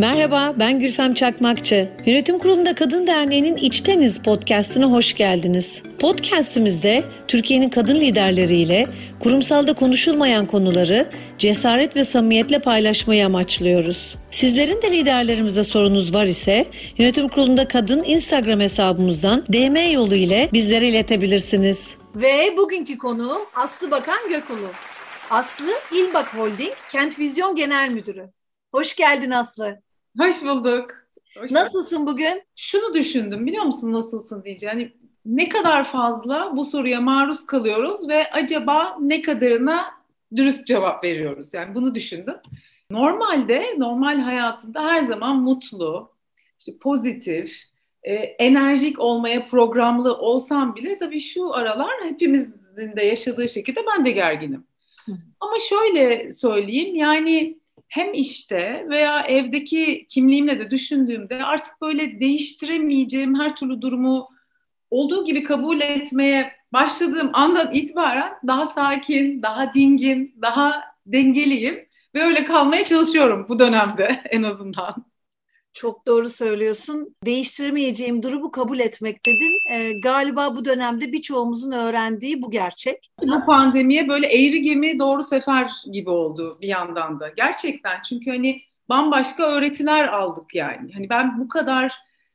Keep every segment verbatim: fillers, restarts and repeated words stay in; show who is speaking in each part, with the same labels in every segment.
Speaker 1: Merhaba, ben Gülfem Çakmakçı. Yönetim Kurulu'nda Kadın Derneği'nin İçteniz podcast'ına hoş geldiniz. Podcast'imizde Türkiye'nin kadın liderleriyle kurumsalda konuşulmayan konuları cesaret ve samimiyetle paylaşmayı amaçlıyoruz. Sizlerin de liderlerimize sorunuz var ise Yönetim Kurulu'nda Kadın Instagram hesabımızdan D M yolu ile bizlere iletebilirsiniz.
Speaker 2: Ve bugünkü konuğum Aslı Bakan Gökulu. Aslı, İlbak Holding Kent Vizyon Genel Müdürü. Hoş geldin Aslı.
Speaker 3: Hoş bulduk. Hoş
Speaker 2: Nasılsın
Speaker 3: bulduk.
Speaker 2: bugün?
Speaker 3: Şunu düşündüm, biliyor musun nasılsın diyeceğim. Yani ne kadar fazla bu soruya maruz kalıyoruz ve acaba ne kadarına dürüst cevap veriyoruz? Yani bunu düşündüm. Normalde, normal hayatımda her zaman mutlu, işte pozitif, e, enerjik olmaya programlı olsam bile tabii şu aralar hepimizin de yaşadığı şekilde ben de gerginim. Hı. Ama şöyle söyleyeyim, yani hem işte veya evdeki kimliğimle de düşündüğümde artık böyle değiştiremeyeceğim her türlü durumu olduğu gibi kabul etmeye başladığım andan itibaren daha sakin, daha dingin, daha dengeliyim ve öyle kalmaya çalışıyorum bu dönemde en azından.
Speaker 2: Çok doğru söylüyorsun. Değiştiremeyeceğim durumu kabul etmek dedin. Ee, galiba bu dönemde birçoğumuzun öğrendiği bu gerçek.
Speaker 3: Bu pandemiye böyle eğri gemi doğru sefer gibi oldu bir yandan da. Gerçekten, çünkü hani bambaşka öğretiler aldık yani. Hani ben bu kadar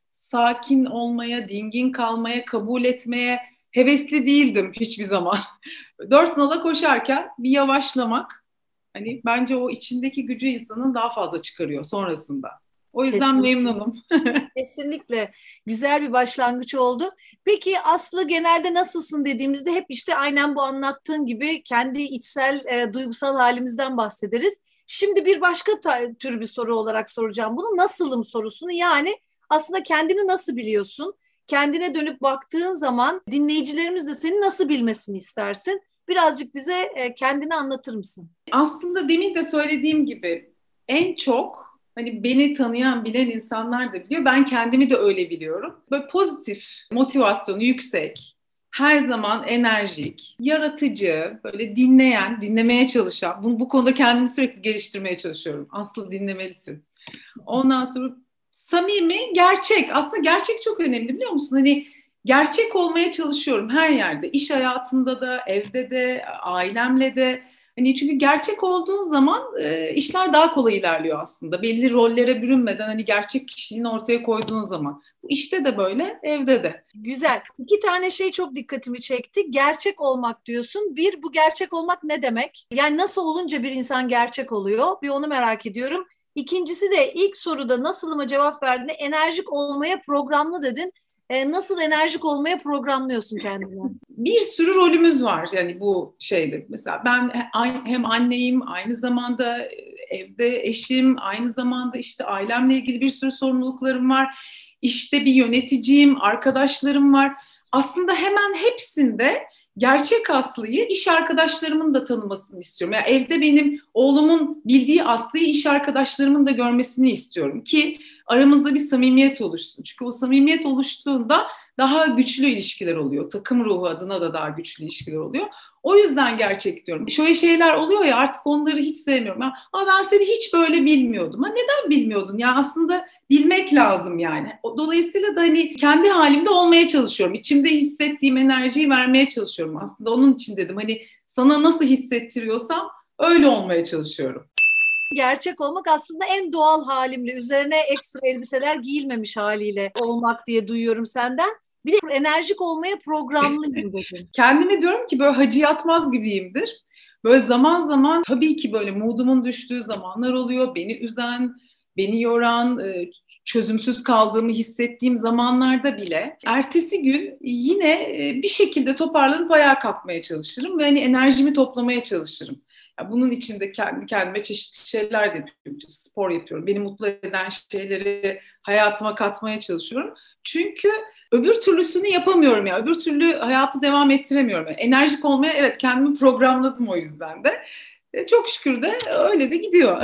Speaker 3: sakin olmaya, dingin kalmaya, kabul etmeye hevesli değildim hiçbir zaman. Dört nala koşarken bir yavaşlamak, hani bence o içindeki gücü insanın daha fazla çıkarıyor sonrasında. O yüzden
Speaker 2: Kesinlikle.
Speaker 3: memnunum.
Speaker 2: Kesinlikle güzel bir başlangıç oldu. Peki Aslı, genelde nasılsın dediğimizde hep işte aynen bu anlattığın gibi kendi içsel e, duygusal halimizden bahsederiz. Şimdi bir başka ta- tür bir soru olarak soracağım bunu. Nasılım sorusunu, yani aslında kendini nasıl biliyorsun? Kendine dönüp baktığın zaman dinleyicilerimiz de seni nasıl bilmesini istersin? Birazcık bize e, kendini anlatır mısın?
Speaker 3: Aslında demin de söylediğim gibi en çok hani beni tanıyan, bilen insanlar da biliyor. Ben kendimi de öyle biliyorum. Böyle pozitif, motivasyonu yüksek, her zaman enerjik, yaratıcı, böyle dinleyen, dinlemeye çalışan. Bu, bu konuda kendimi sürekli geliştirmeye çalışıyorum. Aslı dinlemelisin. Ondan sonra samimi, gerçek. Aslında gerçek çok önemli, biliyor musun? Hani gerçek olmaya çalışıyorum her yerde. İş hayatında da, evde de, ailemle de. Hani çünkü gerçek olduğun zaman e, işler daha kolay ilerliyor aslında. Belli rollere bürünmeden hani gerçek kişiliğini ortaya koyduğun zaman. Bu işte de böyle, evde de.
Speaker 2: Güzel. İki tane şey çok dikkatimi çekti. Gerçek olmak diyorsun. Bir, bu gerçek olmak ne demek? Yani nasıl olunca bir insan gerçek oluyor? Bir onu merak ediyorum. İkincisi de ilk soruda nasılıma cevap verdiğinde enerjik olmaya programlı dedin. E, nasıl enerjik olmaya programlıyorsun kendini?
Speaker 3: Bir sürü rolümüz var yani bu şeyde. Mesela ben hem anneyim, aynı zamanda evde eşim, aynı zamanda işte ailemle ilgili bir sürü sorumluluklarım var. İşte bir yöneticiyim, arkadaşlarım var. Aslında hemen hepsinde gerçek Aslı'yı iş arkadaşlarımın da tanımasını istiyorum. Yani evde benim oğlumun bildiği Aslı'yı iş arkadaşlarımın da görmesini istiyorum ki aramızda bir samimiyet oluşsun. Çünkü o samimiyet oluştuğunda daha güçlü ilişkiler oluyor. Takım ruhu adına da daha güçlü ilişkiler oluyor. O yüzden gerçek diyorum. Şöyle şeyler oluyor ya, artık onları hiç sevmiyorum. Ya, ama ben seni hiç böyle bilmiyordum. Ha, neden bilmiyordun? Ya aslında bilmek lazım yani. Dolayısıyla da hani kendi halimde olmaya çalışıyorum. İçimde hissettiğim enerjiyi vermeye çalışıyorum aslında. Onun için dedim, hani sana nasıl hissettiriyorsam öyle olmaya çalışıyorum.
Speaker 2: Gerçek olmak aslında en doğal halimle, üzerine ekstra elbiseler giyilmemiş haliyle olmak diye duyuyorum senden. Bir de enerjik olmaya programlıyım dedin.
Speaker 3: Kendime diyorum ki böyle Hacı Yatmaz gibiyimdir. Böyle zaman zaman tabii ki böyle modumun düştüğü zamanlar oluyor. Beni üzen, beni yoran, çözümsüz kaldığımı hissettiğim zamanlarda bile ertesi gün yine bir şekilde toparlanıp ayağa kalkmaya çalışırım ve hani enerjimi toplamaya çalışırım. Ya bunun için de kendi kendime çeşitli şeyler de yapıyorum. Spor yapıyorum. Beni mutlu eden şeyleri hayatıma katmaya çalışıyorum. Çünkü öbür türlüsünü yapamıyorum ya. Öbür türlü hayatı devam ettiremiyorum. Yani enerjik olmaya evet kendimi programladım o yüzden de. E, çok şükür de öyle de gidiyor.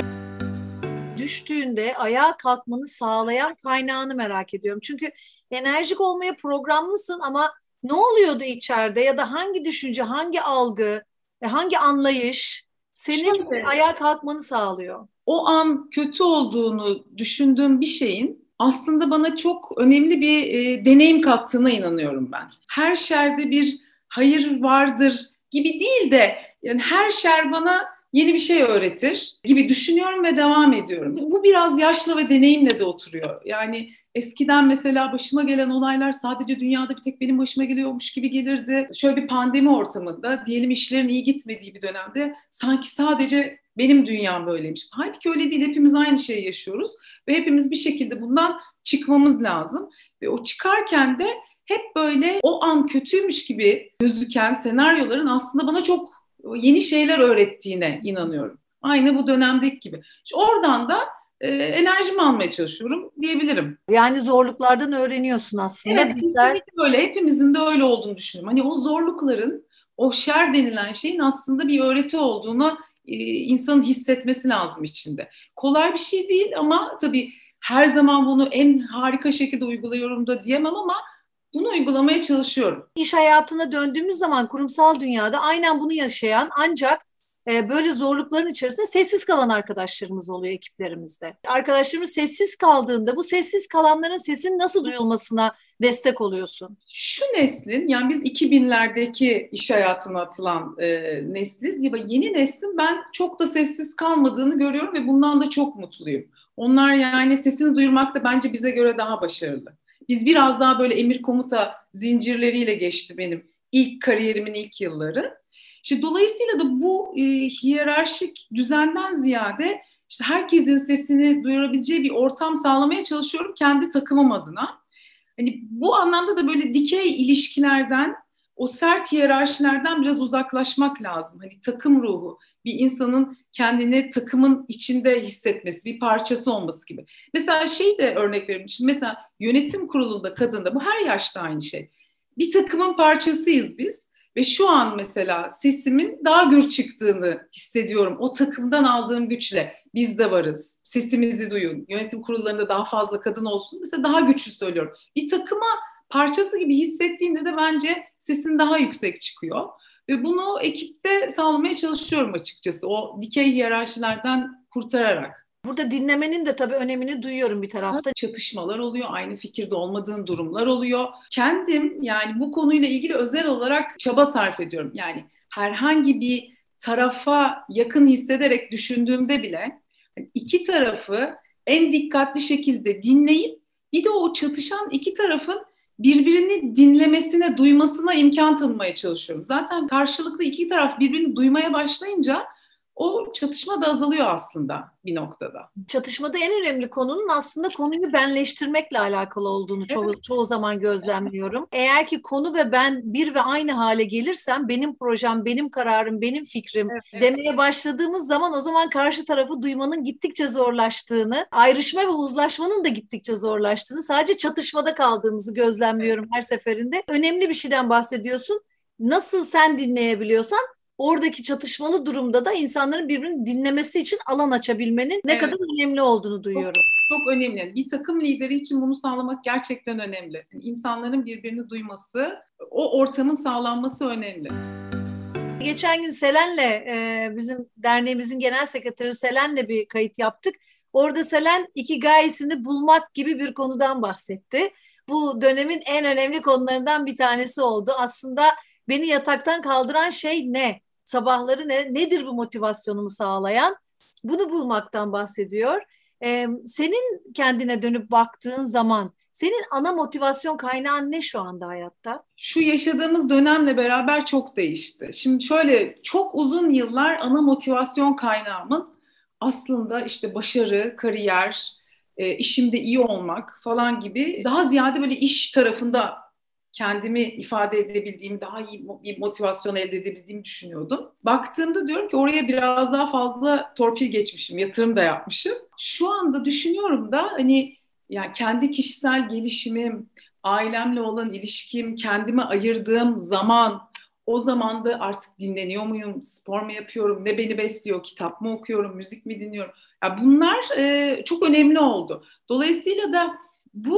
Speaker 2: Düştüğünde ayağa kalkmanı sağlayan kaynağını merak ediyorum. Çünkü enerjik olmaya programlısın ama ne oluyordu içeride, ya da hangi düşünce, hangi algı, hangi anlayış senin
Speaker 3: Şöyle,
Speaker 2: ayağa kalkmanı sağlıyor?
Speaker 3: o an kötü olduğunu düşündüğüm bir şeyin aslında bana çok önemli bir e, deneyim kattığına inanıyorum ben. Her şerde bir hayır vardır gibi değil de yani her şer bana yeni bir şey öğretir gibi düşünüyorum ve devam ediyorum. Bu biraz yaşla ve deneyimle de oturuyor. Yani eskiden mesela başıma gelen olaylar sadece dünyada bir tek benim başıma geliyormuş gibi gelirdi. Şöyle bir pandemi ortamında, diyelim işlerin iyi gitmediği bir dönemde sanki sadece benim dünyam böyleymiş. Halbuki öyle değil, hepimiz aynı şeyi yaşıyoruz ve hepimiz bir şekilde bundan çıkmamız lazım. Ve o çıkarken de hep böyle o an kötüymüş gibi gözüken senaryoların aslında bana çok yeni şeyler öğrettiğine inanıyorum. Aynı bu dönemdeki gibi. İşte oradan da e, enerjimi almaya çalışıyorum diyebilirim.
Speaker 2: Yani zorluklardan öğreniyorsun aslında.
Speaker 3: Evet, kesinlikle öyle. Hepimizin de öyle olduğunu düşünüyorum. Hani o zorlukların, o şer denilen şeyin aslında bir öğreti olduğunu e, insanın hissetmesi lazım içinde. Kolay bir şey değil ama tabii her zaman bunu en harika şekilde uyguluyorum da diyemem ama bunu uygulamaya çalışıyorum.
Speaker 2: İş hayatına döndüğümüz zaman kurumsal dünyada aynen bunu yaşayan ancak e, böyle zorlukların içerisinde sessiz kalan arkadaşlarımız oluyor ekiplerimizde. Arkadaşlarımız sessiz kaldığında bu sessiz kalanların sesinin nasıl duyulmasına destek oluyorsun?
Speaker 3: Şu neslin, yani biz iki binlerdeki iş hayatına atılan e, nesliz. Yeni neslin ben çok da sessiz kalmadığını görüyorum ve bundan da çok mutluyum. Onlar yani sesini duyurmakta bence bize göre daha başarılı. Biz biraz daha böyle emir komuta zincirleriyle geçti benim ilk kariyerimin ilk yılları. İşte dolayısıyla da bu e, hiyerarşik düzenden ziyade işte herkesin sesini duyurabileceği bir ortam sağlamaya çalışıyorum kendi takımım adına. Hani bu anlamda da böyle dikey ilişkilerden, o sert hiyerarşilerden biraz uzaklaşmak lazım. Hani takım ruhu, bir insanın kendini takımın içinde hissetmesi, bir parçası olması gibi. Mesela şey de örnek vereyim. Şimdi mesela yönetim kurulunda, kadında, bu her yaşta aynı şey. Bir takımın parçasıyız biz ve şu an mesela sesimin daha gür çıktığını hissediyorum. O takımdan aldığım güçle. Biz de varız. Sesimizi duyun. Yönetim kurullarında daha fazla kadın olsun. Mesela daha güçlü söylüyorum. Bir takıma parçası gibi hissettiğinde de bence sesin daha yüksek çıkıyor. Ve bunu ekipte sağlamaya çalışıyorum açıkçası. O dikey hiyerarşilerden kurtararak.
Speaker 2: Burada dinlemenin de tabii önemini duyuyorum bir tarafta.
Speaker 3: Çatışmalar oluyor, aynı fikirde olmadığın durumlar oluyor. Kendim yani bu konuyla ilgili özel olarak çaba sarf ediyorum. Yani herhangi bir tarafa yakın hissederek düşündüğümde bile iki tarafı en dikkatli şekilde dinleyip bir de o çatışan iki tarafın birbirini dinlemesine, duymasına imkan tanımaya çalışıyorum. Zaten karşılıklı iki taraf birbirini duymaya başlayınca o çatışma da azalıyor aslında bir noktada.
Speaker 2: Çatışmada en önemli konunun aslında konuyu benleştirmekle alakalı olduğunu çoğu, evet. çoğu zaman gözlemliyorum. Eğer ki konu ve ben bir ve aynı hale gelirsem benim projem, benim kararım, benim fikrim evet. demeye başladığımız zaman o zaman karşı tarafı duymanın gittikçe zorlaştığını, ayrışma ve uzlaşmanın da gittikçe zorlaştığını, sadece çatışmada kaldığımızı gözlemliyorum evet. her seferinde. Önemli bir şeyden bahsediyorsun. Nasıl sen dinleyebiliyorsan oradaki çatışmalı durumda da insanların birbirini dinlemesi için alan açabilmenin ne evet. kadar önemli olduğunu duyuyorum.
Speaker 3: Çok, çok önemli. Bir takım lideri için bunu sağlamak gerçekten önemli. İnsanların birbirini duyması, o ortamın sağlanması önemli.
Speaker 2: Geçen gün Selen'le e, bizim derneğimizin genel sekreteri Selen'le bir kayıt yaptık. Orada Selen ikigai'sini bulmak gibi bir konudan bahsetti. Bu dönemin en önemli konularından bir tanesi oldu. Aslında beni yataktan kaldıran şey ne? Sabahları ne? Nedir bu motivasyonumu sağlayan? Bunu bulmaktan bahsediyor. Ee, senin kendine dönüp baktığın zaman senin ana motivasyon kaynağın ne şu anda hayatta?
Speaker 3: Şu yaşadığımız dönemle beraber çok değişti. Şimdi şöyle çok uzun yıllar ana motivasyon kaynağımın aslında işte başarı, kariyer, e, işimde iyi olmak falan gibi daha ziyade böyle iş tarafında kendimi ifade edebildiğimi, daha iyi bir motivasyon elde edebildiğimi düşünüyordum. Baktığımda diyorum ki oraya biraz daha fazla torpil geçmişim, yatırım da yapmışım. Şu anda düşünüyorum da hani yani kendi kişisel gelişimim, ailemle olan ilişkim, kendime ayırdığım zaman, o zamanda artık dinleniyor muyum, spor mu yapıyorum, ne beni besliyor, kitap mı okuyorum, müzik mi dinliyorum? Ya bunlar e, çok önemli oldu. Dolayısıyla da bu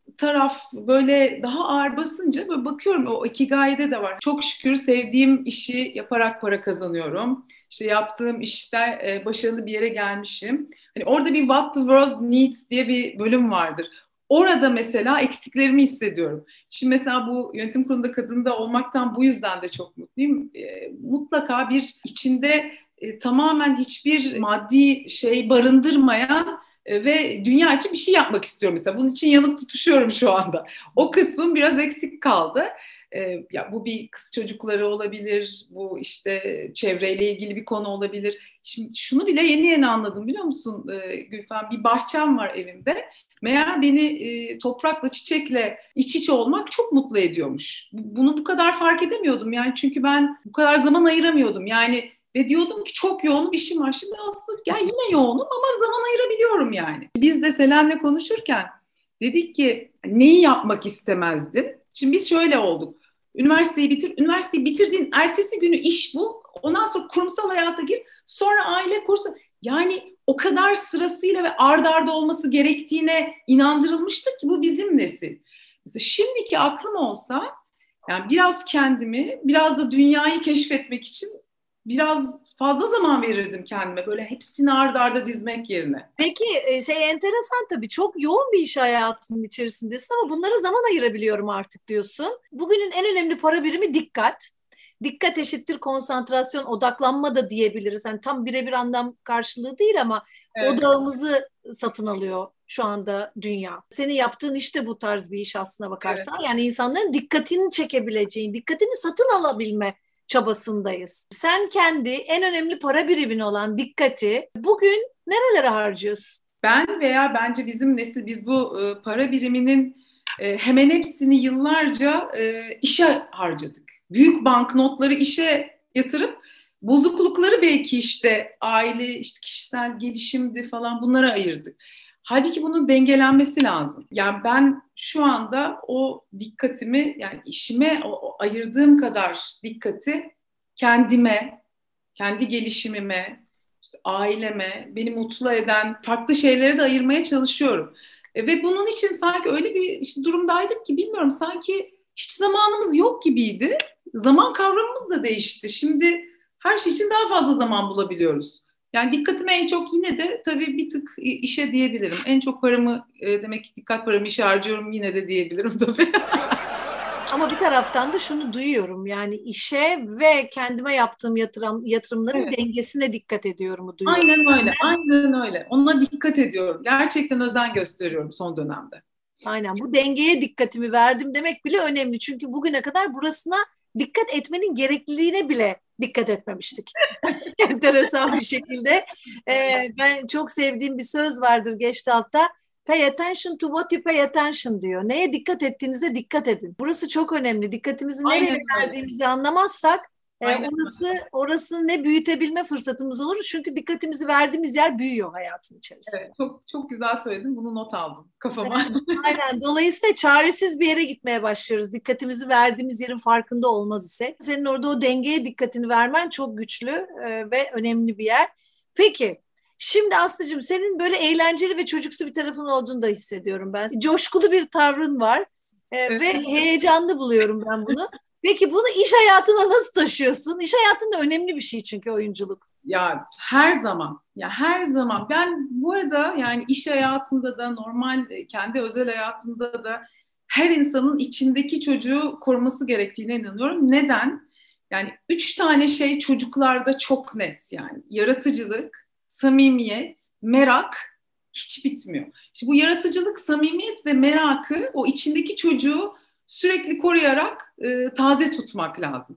Speaker 3: taraf böyle daha ağır basınca böyle bakıyorum, o Ikigai'de de var. Çok şükür sevdiğim işi yaparak para kazanıyorum. İşte yaptığım işte e, başarılı bir yere gelmişim. Hani orada bir What the World Needs diye bir bölüm vardır. Orada mesela eksiklerimi hissediyorum. Şimdi mesela bu yönetim kurulunda kadında olmaktan bu yüzden de çok mutluyum. E, mutlaka bir içinde e, tamamen hiçbir maddi şey barındırmayan e, ve dünya için bir şey yapmak istiyorum mesela. Bunun için yanıp tutuşuyorum şu anda. O kısmım biraz eksik kaldı. E, ya bu bir kız çocukları olabilir, bu işte çevreyle ilgili bir konu olabilir. Şimdi şunu bile yeni yeni anladım, biliyor musun e, Gülfem? Bir bahçem var evimde. Meğer beni e, toprakla, çiçekle iç içe olmak çok mutlu ediyormuş. Bunu bu kadar fark edemiyordum yani, çünkü ben bu kadar zaman ayıramıyordum. Yani ve diyordum ki çok yoğun bir işim var. Şimdi aslında ya yine yoğunum ama zaman ayırabiliyorum yani. Biz de Selen'le konuşurken dedik ki neyi yapmak istemezdin? Şimdi biz şöyle olduk. Üniversiteyi bitir, üniversiteyi bitirdiğin ertesi günü iş bul, ondan sonra kurumsal hayata gir, sonra aile kursu. Yani o kadar sırasıyla ve ard arda olması gerektiğine inandırılmıştık ki bu bizim nesil. Mesela şimdiki aklım olsa, yani biraz kendimi, biraz da dünyayı keşfetmek için biraz fazla zaman verirdim kendime. Böyle hepsini ard arda dizmek yerine.
Speaker 2: Peki şey enteresan tabii, çok yoğun bir iş hayatının içerisindesin ama bunlara zaman ayırabiliyorum artık diyorsun. Bugünün en önemli para birimi dikkat. Dikkat eşittir konsantrasyon, odaklanma da diyebiliriz. Yani tam birebir anlam karşılığı değil ama evet, odağımızı satın alıyor şu anda dünya. Senin yaptığın iş de bu tarz bir iş aslına bakarsan. Evet. Yani insanların dikkatini çekebileceğin, dikkatini satın alabilme çabasındayız. Sen kendi en önemli para birimin olan dikkati bugün nerelere harcıyorsun?
Speaker 3: Ben veya bence bizim nesil, biz bu e, para biriminin e, hemen hepsini yıllarca e, işe harcadık. Büyük banknotları işe yatırıp bozuklukları belki işte aile, işte kişisel gelişimdi falan, bunlara ayırdık. Halbuki bunun dengelenmesi lazım. Yani ben şu anda o dikkatimi, yani işime o, o ayırdığım kadar dikkati kendime, kendi gelişimime, işte aileme, beni mutlu eden farklı şeylere de ayırmaya çalışıyorum. E, ve bunun için sanki öyle bir işte durumdaydık ki, bilmiyorum, sanki hiç zamanımız yok gibiydi. Zaman kavramımız da değişti. Şimdi her şey için daha fazla zaman bulabiliyoruz. Yani dikkatimi en çok yine de tabii bir tık işe diyebilirim. En çok paramı e, demek ki dikkat paramı işe harcıyorum yine de diyebilirim tabii.
Speaker 2: Ama bir taraftan da şunu duyuyorum, yani işe ve kendime yaptığım yatırım, yatırımların evet, dengesine dikkat ediyorum duyuyorum.
Speaker 3: Aynen öyle, aynen öyle. Ona dikkat ediyorum. Gerçekten özen gösteriyorum son dönemde.
Speaker 2: Aynen, bu dengeye dikkatimi verdim demek bile önemli. Çünkü bugüne kadar burasına dikkat etmenin gerekliliğine bile dikkat etmemiştik. Enteresan bir şekilde. Ee, ben çok sevdiğim bir söz vardır Gestalt'ta. Pay attention to what you pay attention diyor. Neye dikkat ettiğinize dikkat edin. Burası çok önemli. Dikkatimizi nereye Aynen verdiğimizi anlamazsak e, orası orası ne büyütebilme fırsatımız olur. Çünkü dikkatimizi verdiğimiz yer büyüyor hayatın içerisinde.
Speaker 3: Evet, çok çok güzel söyledin. Bunu not aldım kafama.
Speaker 2: Aynen. Dolayısıyla çaresiz bir yere gitmeye başlıyoruz. Dikkatimizi verdiğimiz yerin farkında olmaz ise. Senin orada o dengeye dikkatini vermen çok güçlü e, ve önemli bir yer. Peki. Şimdi Aslı'cığım, senin böyle eğlenceli ve çocuksu bir tarafın olduğunu da hissediyorum ben. Coşkulu bir tavrın var ee, evet, ve heyecanlı buluyorum ben bunu. Peki bunu iş hayatına nasıl taşıyorsun? İş hayatında önemli bir şey çünkü oyunculuk.
Speaker 3: Ya her zaman, ya her zaman. Ben bu arada yani iş hayatında da, normal kendi özel hayatında da her insanın içindeki çocuğu koruması gerektiğine inanıyorum. Neden? Yani üç tane şey çocuklarda çok net yani. Yaratıcılık, samimiyet, merak hiç bitmiyor. İşte bu yaratıcılık, samimiyet ve merakı o içindeki çocuğu sürekli koruyarak e, taze tutmak lazım.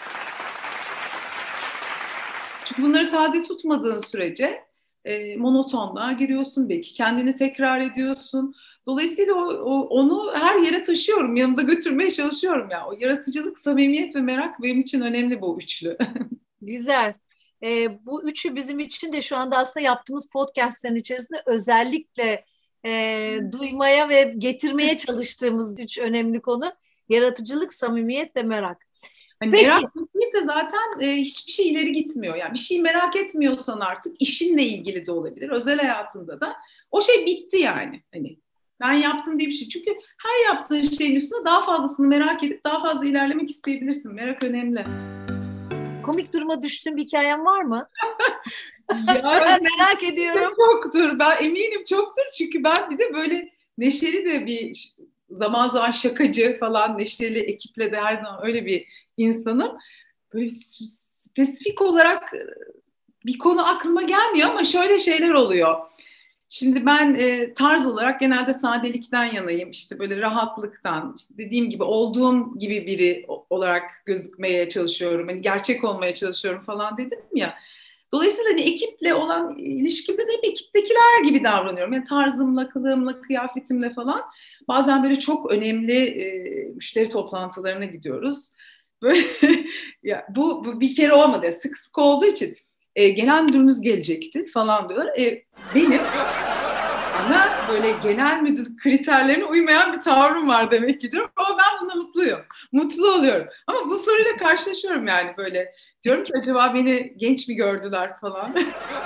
Speaker 3: Çünkü bunları taze tutmadığın sürece e, monotonluğa giriyorsun, belki kendini tekrar ediyorsun. Dolayısıyla o, o, onu her yere taşıyorum, yanımda götürmeye çalışıyorum ya. O yaratıcılık, samimiyet ve merak benim için önemli, bu üçlü.
Speaker 2: Güzel. E, bu üçü bizim için de şu anda aslında yaptığımız podcastlerin içerisinde özellikle e, duymaya ve getirmeye çalıştığımız üç önemli konu: yaratıcılık, samimiyet ve merak.
Speaker 3: Hani Peki. Merak bittiyse zaten e, hiçbir şey ileri gitmiyor. Yani bir şey merak etmiyorsan artık, işinle ilgili de olabilir, özel hayatında da, o şey bitti yani. Hani Ben yaptım diye bir şey. Çünkü her yaptığın şeyin üstüne daha fazlasını merak edip daha fazla ilerlemek isteyebilirsin. Merak önemli.
Speaker 2: Komik duruma düştüğün bir hikayen var mı?
Speaker 3: Ya
Speaker 2: Merak ediyorum.
Speaker 3: çoktur. Ben eminim çoktur. Çünkü ben bir de böyle neşeli de bir zaman zaman şakacı falan, neşeli ekiple de her zaman öyle bir insanım. Böyle spesifik olarak bir konu aklıma gelmiyor ama şöyle şeyler oluyor. Şimdi ben e, tarz olarak genelde sadelikten yanayım. İşte böyle rahatlıktan, işte dediğim gibi olduğum gibi biri olarak gözükmeye çalışıyorum. Hani gerçek olmaya çalışıyorum falan dedim ya. Dolayısıyla hani ekiple olan ilişkimde de hep ekiptekiler gibi davranıyorum. Yani tarzımla, kılığımla, kıyafetimle falan. Bazen böyle çok önemli e, müşteri toplantılarına gidiyoruz. Böyle ya bu, bu bir kere olmadı. Sık sık olduğu için e, genel müdürümüz gelecekti falan diyorlar. E, benim ana böyle genel müdür kriterlerine uymayan bir tavrım var demek ki diyorum. Ama ben buna mutluyum. Mutlu oluyorum. Ama bu soruyla karşılaşıyorum yani böyle. Diyorum ki acaba beni genç mi gördüler falan.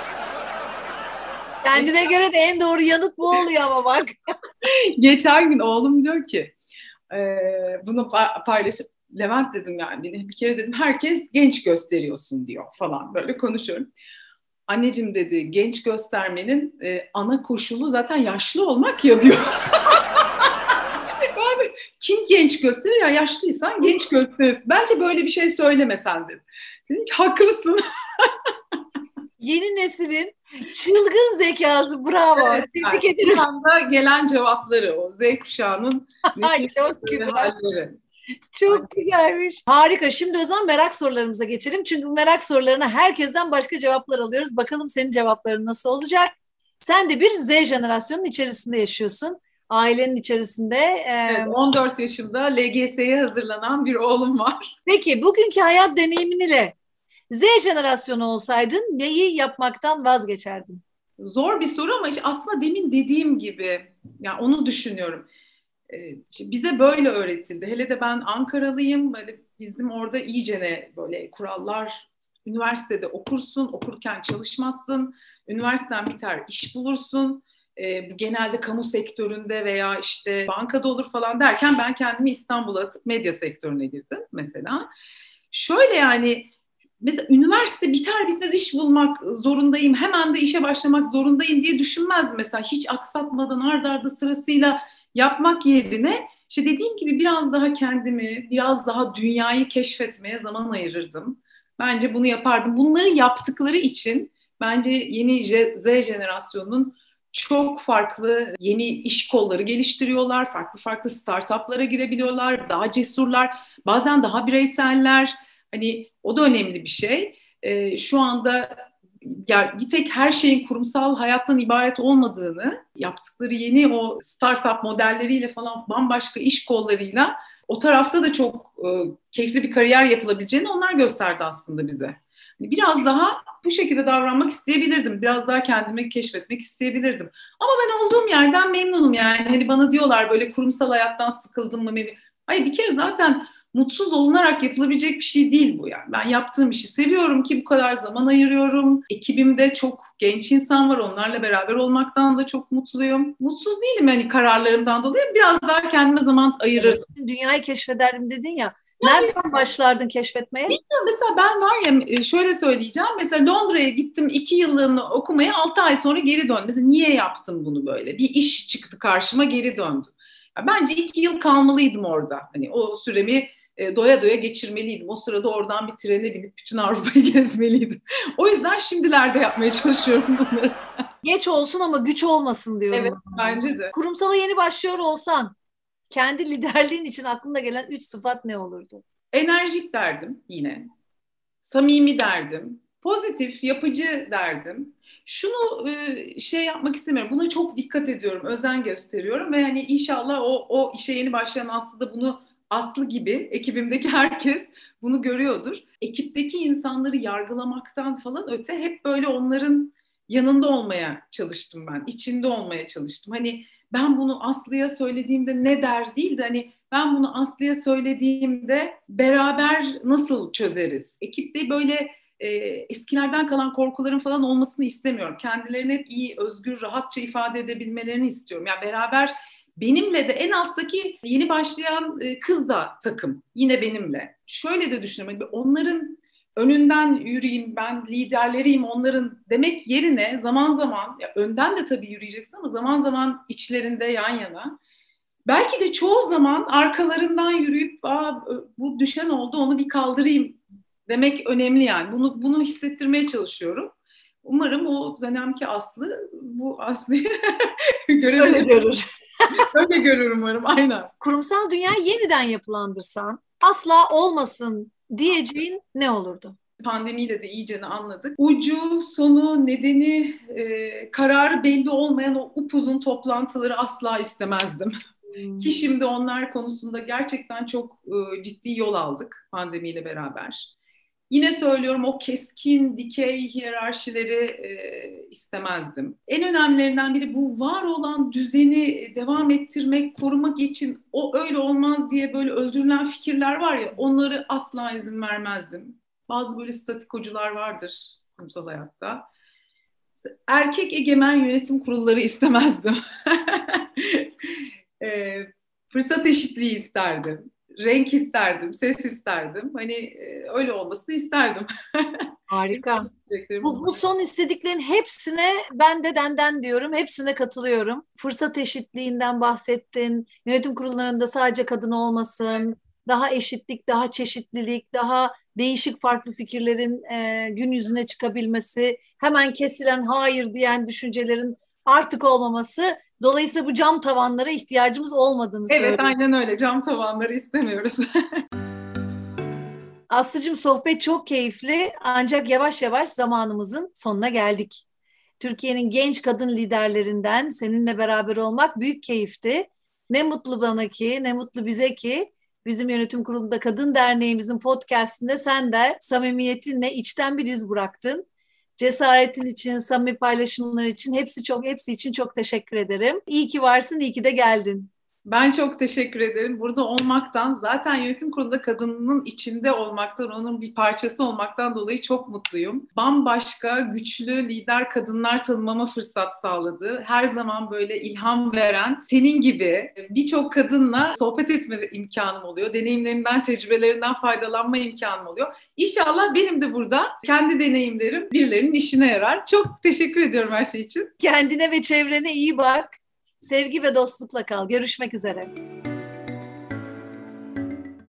Speaker 2: Kendine göre de en doğru yanıt bu oluyor ama bak.
Speaker 3: Geçen gün oğlum diyor ki e, bunu paylaşıp Levent dedim yani bir kere dedim herkes genç gösteriyorsun diyor falan böyle konuşuyorum. Anneciğim dedi genç göstermenin e, ana koşulu zaten yaşlı olmak ya diyor. Yani, kim genç gösterir ya yaşlıysan genç gösterirsin. Bence böyle bir şey söylemesen dedim. Dedim ki haklısın.
Speaker 2: Yeni neslin çılgın zekası, bravo.
Speaker 3: Evet,
Speaker 2: Tebrik
Speaker 3: yani,
Speaker 2: ederim.
Speaker 3: şu anda gelen cevapları o Z kuşağının
Speaker 2: Ay, çok güzel.
Speaker 3: halleri.
Speaker 2: Çok güzelmiş. Harika. Şimdi o zaman merak sorularımıza geçelim. Çünkü bu merak sorularına herkesten başka cevaplar alıyoruz. Bakalım senin cevapların nasıl olacak? Sen de bir Z jenerasyonun içerisinde yaşıyorsun. Ailenin içerisinde. Ee,
Speaker 3: Evet, on dört yaşında L G S'ye hazırlanan bir oğlum var.
Speaker 2: Peki bugünkü hayat deneyiminiyle Z jenerasyonu olsaydın neyi yapmaktan vazgeçerdin?
Speaker 3: Zor bir soru ama işte aslında demin dediğim gibi yani onu düşünüyorum. Ee, bize böyle öğretildi. Hele de ben Ankaralıyım. Böyle bizim orada iyicene böyle kurallar, üniversitede okursun, okurken çalışmazsın. Üniversiteden biter, iş bulursun. Ee, bu genelde kamu sektöründe veya işte bankada olur falan derken ben kendimi İstanbul'a atıp medya sektörüne girdim mesela. Şöyle yani mesela üniversite biter bitmez iş bulmak zorundayım, hemen de işe başlamak zorundayım diye düşünmezdim. Mesela hiç aksatmadan arda arda sırasıyla yapmak yerine işte dediğim gibi biraz daha kendimi, biraz daha dünyayı keşfetmeye zaman ayırırdım. Bence bunu yapardım. Bunları yaptıkları için bence yeni Z jenerasyonunun çok farklı yeni iş kolları geliştiriyorlar. Farklı farklı startuplara girebiliyorlar. Daha cesurlar, bazen daha bireyseller. Hani o da önemli bir şey. Ee, şu anda ya bir tek her şeyin kurumsal hayattan ibaret olmadığını, yaptıkları yeni o startup modelleriyle falan bambaşka iş kollarıyla o tarafta da çok e, keyifli bir kariyer yapılabileceğini onlar gösterdi aslında bize. Hani biraz daha bu şekilde davranmak isteyebilirdim. Biraz daha kendimi keşfetmek isteyebilirdim. Ama ben olduğum yerden memnunum yani. Hani bana diyorlar böyle kurumsal hayattan sıkıldın mı? Hayır bir kere zaten mutsuz olunarak yapılabilecek bir şey değil bu yani. Ben yaptığım işi seviyorum ki bu kadar zaman ayırıyorum. Ekibimde çok genç insan var. Onlarla beraber olmaktan da çok mutluyum. Mutsuz değilim yani kararlarımdan dolayı. Biraz daha kendime zaman ayırırdım.
Speaker 2: Dünyayı keşfederdim dedin ya. Nereden başlardın keşfetmeye?
Speaker 3: Bilmiyorum, mesela ben var ya şöyle söyleyeceğim. Mesela Londra'ya gittim iki yıllığını okumaya, altı ay sonra geri döndüm. Mesela niye yaptım bunu böyle? Bir iş çıktı karşıma, geri döndüm. Ya bence iki yıl kalmalıydım orada. Hani o süremi e, doya doya geçirmeliydim. O sırada oradan bir trene binip bütün Avrupa'yı gezmeliydim. O yüzden şimdilerde yapmaya çalışıyorum bunları.
Speaker 2: Geç olsun ama güç olmasın diyorum.
Speaker 3: Evet, bence de.
Speaker 2: Kurumsala yeni başlıyor olsan kendi liderliğin için aklına gelen üç sıfat ne olurdu?
Speaker 3: Enerjik derdim yine. Samimi derdim. Pozitif, yapıcı derdim. Şunu e, şey yapmak istemiyorum. Buna çok dikkat ediyorum, özen gösteriyorum ve hani inşallah o o işe yeni başlayan Aslı da bunu, Aslı gibi ekibimdeki herkes bunu görüyordur. Ekipteki insanları yargılamaktan falan öte hep böyle onların yanında olmaya çalıştım ben. İçinde olmaya çalıştım. Hani ben bunu Aslı'ya söylediğimde ne der değil de hani ben bunu Aslı'ya söylediğimde beraber nasıl çözeriz? Ekipte böyle e, eskilerden kalan korkuların falan olmasını istemiyorum. Kendilerini hep iyi, özgür, rahatça ifade edebilmelerini istiyorum. Yani beraber Benimle de en alttaki yeni başlayan kız da takım. Yine benimle. Şöyle de düşünüyorum. Onların önünden yürüyeyim, ben liderleriyim onların demek yerine zaman zaman, ya önden de tabii yürüyeceksin ama zaman zaman içlerinde yan yana. Belki de çoğu zaman arkalarından yürüyüp bu düşen oldu onu bir kaldırayım demek önemli yani. Bunu bunu hissettirmeye çalışıyorum. Umarım o dönemki Aslı bu Aslı'yı
Speaker 2: görebilir. Öyle görür.
Speaker 3: Öyle görür umarım, aynen.
Speaker 2: Kurumsal dünyayı yeniden yapılandırsan, asla olmasın diyeceğin ne olurdu?
Speaker 3: Pandemiyle de iyicene anladık. Ucu, sonu, nedeni, e, kararı belli olmayan o upuzun toplantıları asla istemezdim. Hmm. Ki şimdi onlar konusunda gerçekten çok e, ciddi yol aldık pandemiyle beraber. Yine söylüyorum, o keskin, dikey hiyerarşileri e, istemezdim. En önemlilerinden biri bu var olan düzeni devam ettirmek, korumak için o öyle olmaz diye böyle öldürülen fikirler var ya, onları asla izin vermezdim. Bazı böyle statikocular vardır kurumsal hayatta. Erkek egemen yönetim kurulları istemezdim. e, fırsat eşitliği isterdim. Renk isterdim, ses isterdim. Hani e, öyle olmasını isterdim.
Speaker 2: Harika. bu, bu son istediklerin hepsine ben de denden diyorum. Hepsine katılıyorum. Fırsat eşitliğinden bahsettin. Yönetim kurullarında sadece kadın olmasın. Daha eşitlik, daha çeşitlilik, daha değişik farklı fikirlerin e, gün yüzüne çıkabilmesi. Hemen kesilen hayır diyen düşüncelerin artık olmaması. Dolayısıyla bu cam tavanlara ihtiyacımız olmadığını
Speaker 3: evet,
Speaker 2: söylüyoruz.
Speaker 3: Evet, aynen öyle. Cam tavanları istemiyoruz.
Speaker 2: Aslıcığım, sohbet çok keyifli ancak yavaş yavaş zamanımızın sonuna geldik. Türkiye'nin genç kadın liderlerinden seninle beraber olmak büyük keyifti. Ne mutlu bana ki, ne mutlu bize ki bizim yönetim kurulunda Kadın Derneğimizin podcastinde sen de samimiyetinle içten bir iz bıraktın. Cesaretin için, samimi paylaşımlar için hepsi çok hepsi için çok teşekkür ederim. İyi ki varsın, iyi ki de geldin.
Speaker 3: Ben çok teşekkür ederim. Burada olmaktan, zaten yönetim kurulunda kadının içinde olmaktan, onun bir parçası olmaktan dolayı çok mutluyum. Bambaşka, güçlü lider kadınlar tanımama fırsat sağladı. Her zaman böyle ilham veren, senin gibi birçok kadınla sohbet etme imkanım oluyor. Deneyimlerinden, tecrübelerinden faydalanma imkanım oluyor. İnşallah benim de burada kendi deneyimlerim birilerinin işine yarar. Çok teşekkür ediyorum her şey için.
Speaker 2: Kendine ve çevrene iyi bak. Sevgi ve dostlukla kal. Görüşmek üzere.